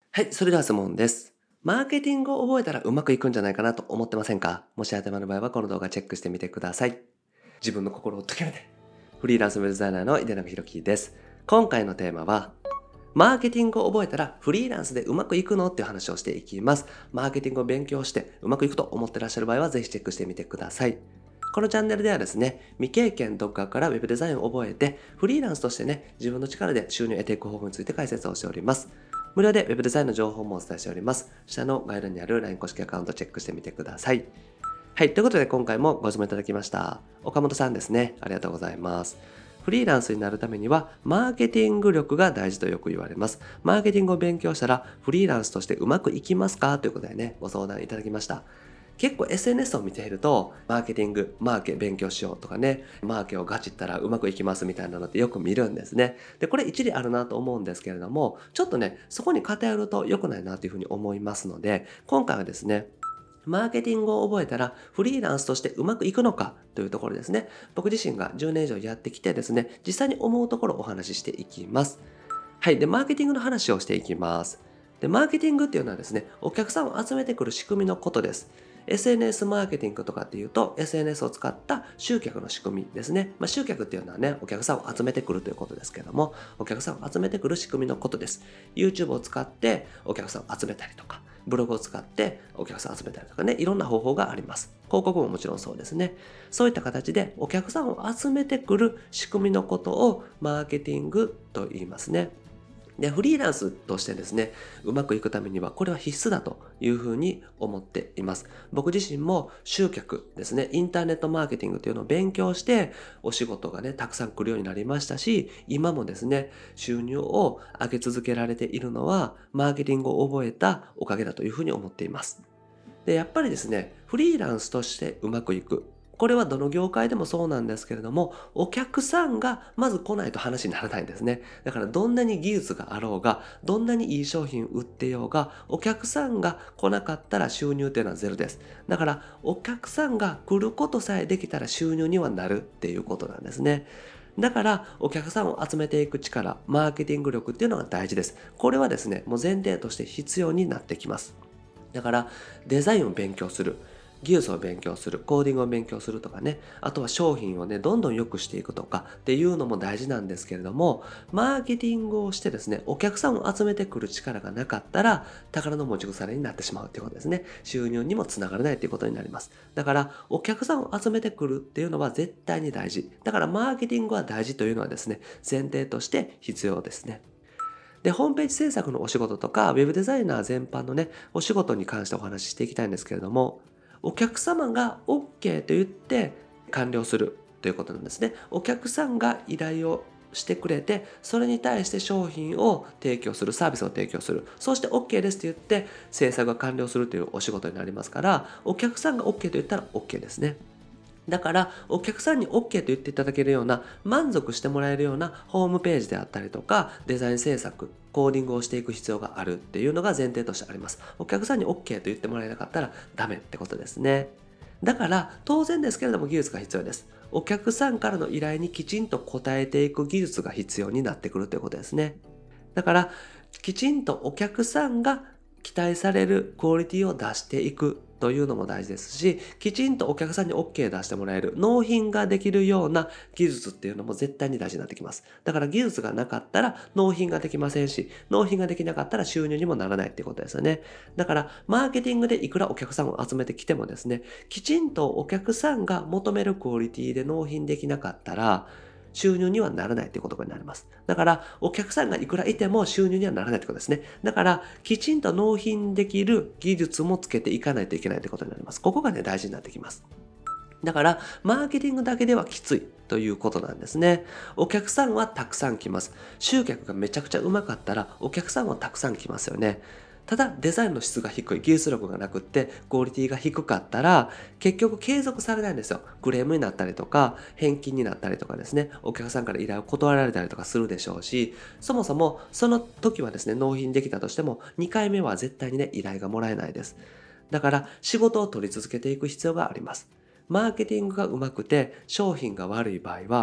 はい、それでは質問です。マーケティングを覚えたらうまくいくんじゃないかなと思ってませんか？もし当てはまる場合はこの動画チェックしてみてください。自分の心を解けるね。フリーランスウェブデザイナーの井出永宏樹です。今回のテーマは、マーケティングを覚えたらフリーランスでうまくいくのっていう話をしていきます。マーケティングを勉強してうまくいくと思ってらっしゃる場合はぜひチェックしてみてください。このチャンネルではですね、未経験どっかからウェブデザインを覚えて、フリーランスとしてね、自分の力で収入を得ていく方法について解説をしております。無料で Web デザインの情報もお伝えしております。下の概要欄にある LINE 公式アカウントチェックしてみてください。はい、ということで今回もご質問いただきました。岡本さんですね。ありがとうございます。フリーランスになるためには、マーケティング力が大事とよく言われます。マーケティングを勉強したら、フリーランスとしてうまくいきますかということでね、ご相談いただきました。結構 SNS を見ていると、マーケティング、マーケ勉強しようとかね、マーケをガチったらうまくいきますみたいなのってよく見るんですね。で、これ一理あるなと思うんですけれども、ちょっとね、そこに偏ると良くないなというふうに思いますので、今回はですね、マーケティングを覚えたらフリーランスとしてうまくいくのかというところですね。僕自身が10年以上やってきてですね、実際に思うところをお話ししていきます。はい。で、マーケティングの話をしていきます。で、マーケティングっていうのはですね、お客さんを集めてくる仕組みのことです。SNS マーケティングとかっていうと、SNS を使った集客の仕組みですね。集客っていうのはね、お客さんを集めてくるということですけども、お客さんを集めてくる仕組みのことです。YouTube を使ってお客さんを集めたりとか、ブログを使ってお客さんを集めたりとかね、いろんな方法があります。広告ももちろんそうですね。そういった形でお客さんを集めてくる仕組みのことをマーケティングと言いますね。で、フリーランスとしてですね、うまくいくためには、これは必須だというふうに思っています。僕自身も集客ですね、インターネットマーケティングというのを勉強して、お仕事がね、たくさん来るようになりましたし、今もですね、収入を上げ続けられているのは、マーケティングを覚えたおかげだというふうに思っています。で、やっぱりですね、フリーランスとしてうまくいく。これはどの業界でもそうなんですけれども、お客さんがまず来ないと話にならないんですね。だからどんなに技術があろうが、どんなにいい商品売ってようが、お客さんが来なかったら収入というのはゼロです。だからお客さんが来ることさえできたら収入にはなるっていうことなんですね。だからお客さんを集めていく力、マーケティング力っていうのが大事です。これはですね、もう前提として必要になってきます。だからデザインを勉強する、技術を勉強する、コーディングを勉強するとかね、あとは商品をね、どんどん良くしていくとかっていうのも大事なんですけれども、マーケティングをしてですね、お客さんを集めてくる力がなかったら、宝の持ち腐れになってしまうっていうことですね。収入にもつながらないっていうことになります。だから、お客さんを集めてくるっていうのは絶対に大事。だから、マーケティングは大事というのはですね、前提として必要ですね。で、ホームページ制作のお仕事とか、ウェブデザイナー全般のね、お仕事に関してお話ししていきたいんですけれども、お客様が OK と言って完了するということなんですね。お客さんが依頼をしてくれて、それに対して商品を提供する、サービスを提供する。そして OK ですと言って制作が完了するというお仕事になりますから、お客さんが OK と言ったら OK ですね。だから、お客さんに OK と言っていただけるような、満足してもらえるようなホームページであったりとか、デザイン制作、コーディングをしていく必要があるっていうのが前提としてあります。お客さんに OK と言ってもらえなかったらダメってことですね。だから、当然ですけれども技術が必要です。お客さんからの依頼にきちんと応えていく技術が必要になってくるということですね。だから、きちんとお客さんが期待されるクオリティを出していくというのも大事ですし、きちんとお客さんに OK 出してもらえる、納品ができるような技術っていうのも絶対に大事になってきます。だから技術がなかったら納品ができませんし、納品ができなかったら収入にもならないっていうことですよね。だから、マーケティングでいくらお客さんを集めてきてもですね、きちんとお客さんが求めるクオリティで納品できなかったら、収入にはならないということになります。だから、お客さんがいくらいても収入にはならないということですね。だから、きちんと納品できる技術もつけていかないといけないということになります。ここがね、大事になってきます。だから、マーケティングだけではきついということなんですね。お客さんはたくさん来ます。集客がめちゃくちゃうまかったら、お客さんはたくさん来ますよね。ただ、デザインの質が低い、技術力がなくって、クオリティが低かったら、結局継続されないんですよ。クレームになったりとか、返金になったりとかですね、お客さんから依頼を断られたりとかするでしょうし、そもそもその時はですね、納品できたとしても、2回目は絶対にね、依頼がもらえないです。だから、仕事を取り続けていく必要があります。マーケティングがうまくて商品が悪い場合は、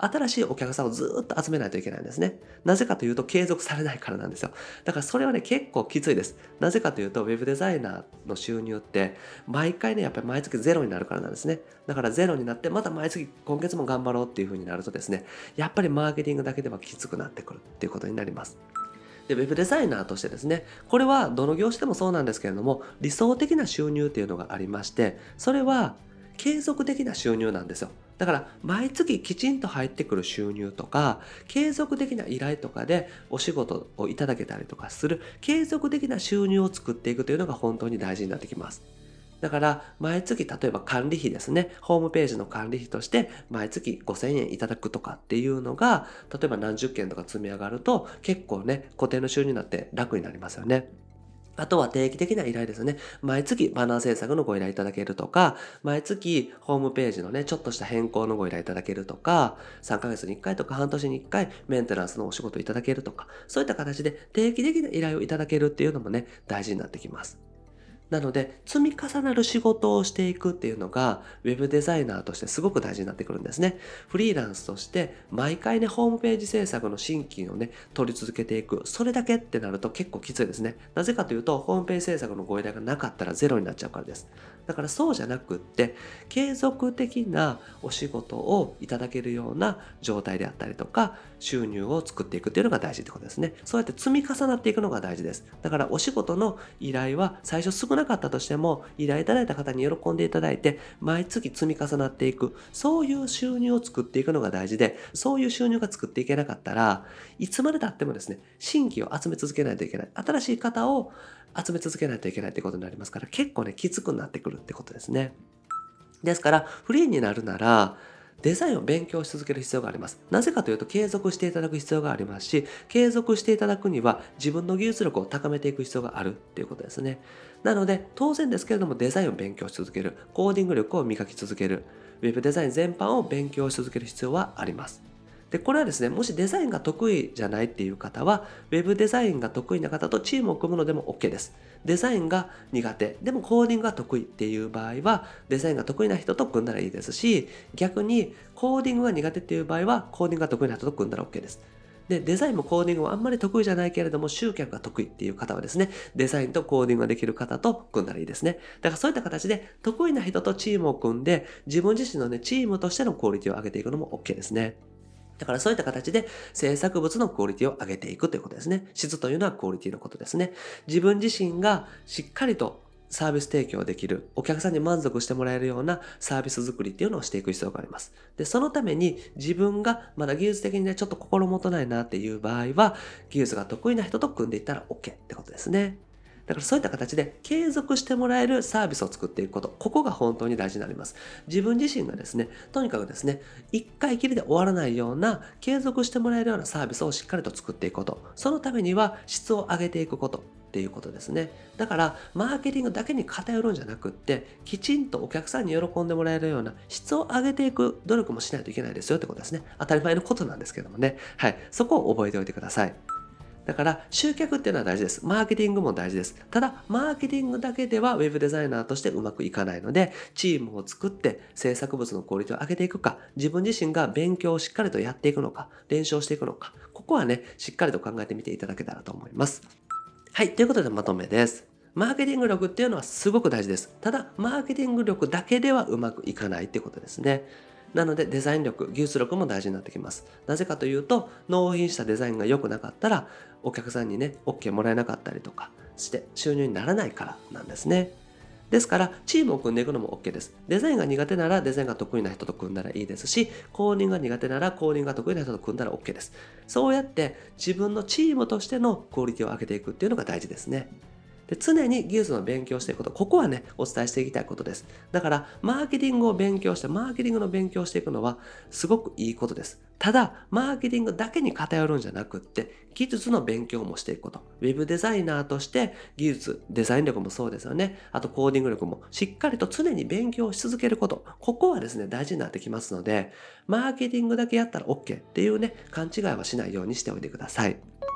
新しいお客さんをずーっと集めないといけないんですね。なぜかというと継続されないからなんですよ。だからそれはね、結構きついです。なぜかというと、ウェブデザイナーの収入って毎回ね、やっぱり毎月ゼロになるからなんですね。だからゼロになって、また毎月今月も頑張ろうっていう風になるとですね、やっぱりマーケティングだけではきつくなってくるっていうことになります。で、ウェブデザイナーとしてですね、これはどの業種でもそうなんですけれども、理想的な収入っていうのがありまして、それは継続的な収入なんですよ。だから毎月きちんと入ってくる収入とか、継続的な依頼とかでお仕事をいただけたりとかする継続的な収入を作っていくというのが本当に大事になってきます。だから毎月例えば管理費ですね、ホームページの管理費として毎月5000円いただくとかっていうのが、例えば何十件とか積み上がると結構ね、固定の収入になって楽になりますよね。あとは定期的な依頼ですね。毎月バナー制作のご依頼いただけるとか、毎月ホームページのね、ちょっとした変更のご依頼いただけるとか、3ヶ月に1回とか半年に1回メンテナンスのお仕事いただけるとか、そういった形で定期的な依頼をいただけるっていうのもね、大事になってきます。なので、積み重なる仕事をしていくっていうのが、ウェブデザイナーとしてすごく大事になってくるんですね。フリーランスとして、毎回ね、ホームページ制作の新規をね、取り続けていく。それだけってなると結構きついですね。なぜかというと、ホームページ制作のご依頼がなかったらゼロになっちゃうからです。だからそうじゃなくって、継続的なお仕事をいただけるような状態であったりとか、収入を作っていくっていうのが大事ってことですね。そうやって積み重なっていくのが大事です。だからお仕事の依頼は最初少なかったとしても、依頼いただいた方に喜んでいただいて、毎月積み重なっていく、そういう収入を作っていくのが大事で、そういう収入が作っていけなかったら、いつまで経ってもですね、新規を集め続けないといけない。新しい方を集め続けないといけないってことになりますから、結構ね、きつくなってくるってことですね。ですから、フリーになるなら、デザインを勉強し続ける必要があります。なぜかというと、継続していただく必要がありますし、継続していただくには自分の技術力を高めていく必要があるっていうことですね。なので、当然ですけれども、デザインを勉強し続ける、コーディング力を磨き続ける、ウェブデザイン全般を勉強し続ける必要はあります。で、これはですね、もしデザインが得意じゃないっていう方は、ウェブデザインが得意な方とチームを組むのでも OK です。デザインが苦手、でもコーディングが得意っていう場合は、デザインが得意な人と組んだらいいですし、逆にコーディングが苦手っていう場合は、コーディングが得意な人と組んだら OK です。で、デザインもコーディングもあんまり得意じゃないけれども、集客が得意っていう方はですね、デザインとコーディングができる方と組んだらいいですね。だからそういった形で、得意な人とチームを組んで、自分自身のね、チームとしてのクオリティを上げていくのも OK ですね。だからそういった形で制作物のクオリティを上げていくということですね。質というのはクオリティのことですね。自分自身がしっかりとサービス提供できる、お客さんに満足してもらえるようなサービス作りっていうのをしていく必要があります。で、そのために自分がまだ技術的にね、ちょっと心もとないなっていう場合は、技術が得意な人と組んでいったら OK ってことですね。だからそういった形で継続してもらえるサービスを作っていくこと、ここが本当に大事になります。自分自身がですね、とにかくですね、一回きりで終わらないような継続してもらえるようなサービスをしっかりと作っていくこと、そのためには質を上げていくことっていうことですね。だからマーケティングだけに偏るんじゃなくって、きちんとお客さんに喜んでもらえるような質を上げていく努力もしないといけないですよってことですね。当たり前のことなんですけどもね。はい。そこを覚えておいてください。だから集客っていうのは大事です。マーケティングも大事です。ただ、マーケティングだけではウェブデザイナーとしてうまくいかないので、チームを作って制作物のクオリティを上げていくか、自分自身が勉強をしっかりとやっていくのか、練習をしていくのか、ここはね、しっかりと考えてみていただけたらと思います。はい、ということでまとめです。マーケティング力っていうのはすごく大事です。ただ、マーケティング力だけではうまくいかないってことですね。なのでデザイン力、技術力も大事になってきます。なぜかというと、納品したデザインが良くなかったら、お客さんにね、OK もらえなかったりとかして収入にならないからなんですね。ですから、チームを組んでいくのも OK です。デザインが苦手ならデザインが得意な人と組んだらいいですし、コーディングが苦手ならコーディングが得意な人と組んだら OK です。そうやって自分のチームとしてのクオリティを上げていくっていうのが大事ですね。で、常に技術の勉強していくこと、ここはね、お伝えしていきたいことです。だから、マーケティングを勉強して、マーケティングの勉強をしていくのは、すごくいいことです。ただ、マーケティングだけに偏るんじゃなくって、技術の勉強もしていくこと。ウェブデザイナーとして、技術、デザイン力もそうですよね。あと、コーディング力も、しっかりと常に勉強し続けること。ここはですね、大事になってきますので、マーケティングだけやったら OK っていうね、勘違いはしないようにしておいてください。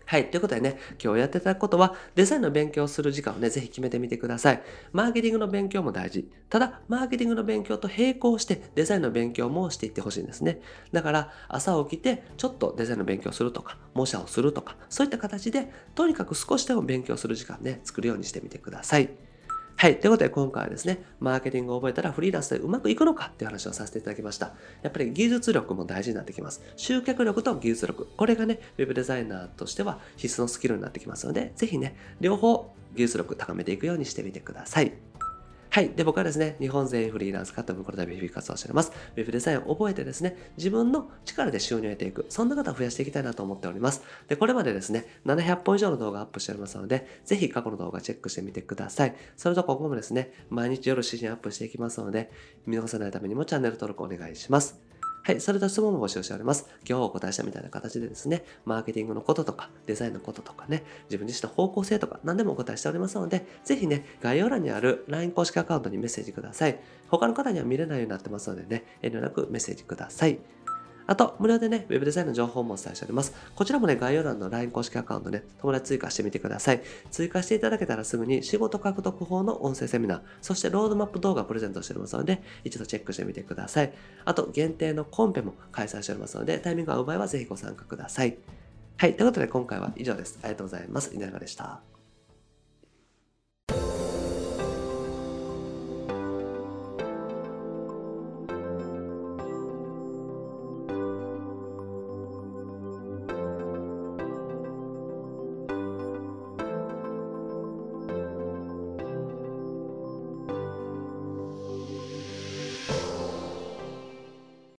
はい。ということでね、今日やっていただくことは、デザインの勉強をする時間をね、ぜひ決めてみてください。マーケティングの勉強も大事。ただ、マーケティングの勉強と並行して、デザインの勉強もしていってほしいんですね。だから、朝起きて、ちょっとデザインの勉強するとか、模写をするとか、そういった形で、とにかく少しでも勉強する時間ね、作るようにしてみてください。はい。ということで今回はですね、マーケティングを覚えたらフリーランスでうまくいくのかっていう話をさせていただきました。やっぱり技術力も大事になってきます。集客力と技術力。これがね、ウェブデザイナーとしては必須のスキルになってきますので、ぜひね、両方技術力高めていくようにしてみてください。はい。で、僕はですね、日本全員フリーランスカット分この度日々活動しております。ウェブデザインを覚えてですね、自分の力で収入を得ていく、そんな方を増やしていきたいなと思っております。で、これまでですね、700本以上の動画アップしておりますので、ぜひ過去の動画チェックしてみてください。それと今後もですね、毎日夜7時にアップしていきますので、見逃さないためにもチャンネル登録お願いします。はい。それと質問も募集しております。今日お答えしたみたいな形でですね、マーケティングのこととか、デザインのこととかね、自分自身の方向性とか何でもお答えしておりますので、ぜひね、概要欄にある LINE 公式アカウントにメッセージください。他の方には見れないようになってますのでね、遠慮なくメッセージください。あと、無料でね、ウェブデザインの情報もお伝えしております。こちらもね、概要欄の LINE 公式アカウントね、友達追加してみてください。追加していただけたらすぐに仕事獲得法の音声セミナー、そしてロードマップ動画プレゼントしておりますので、一度チェックしてみてください。あと、限定のコンペも開催しておりますので、タイミングが合う場合はぜひご参加ください。はい、ということで今回は以上です。ありがとうございます。稲山でした。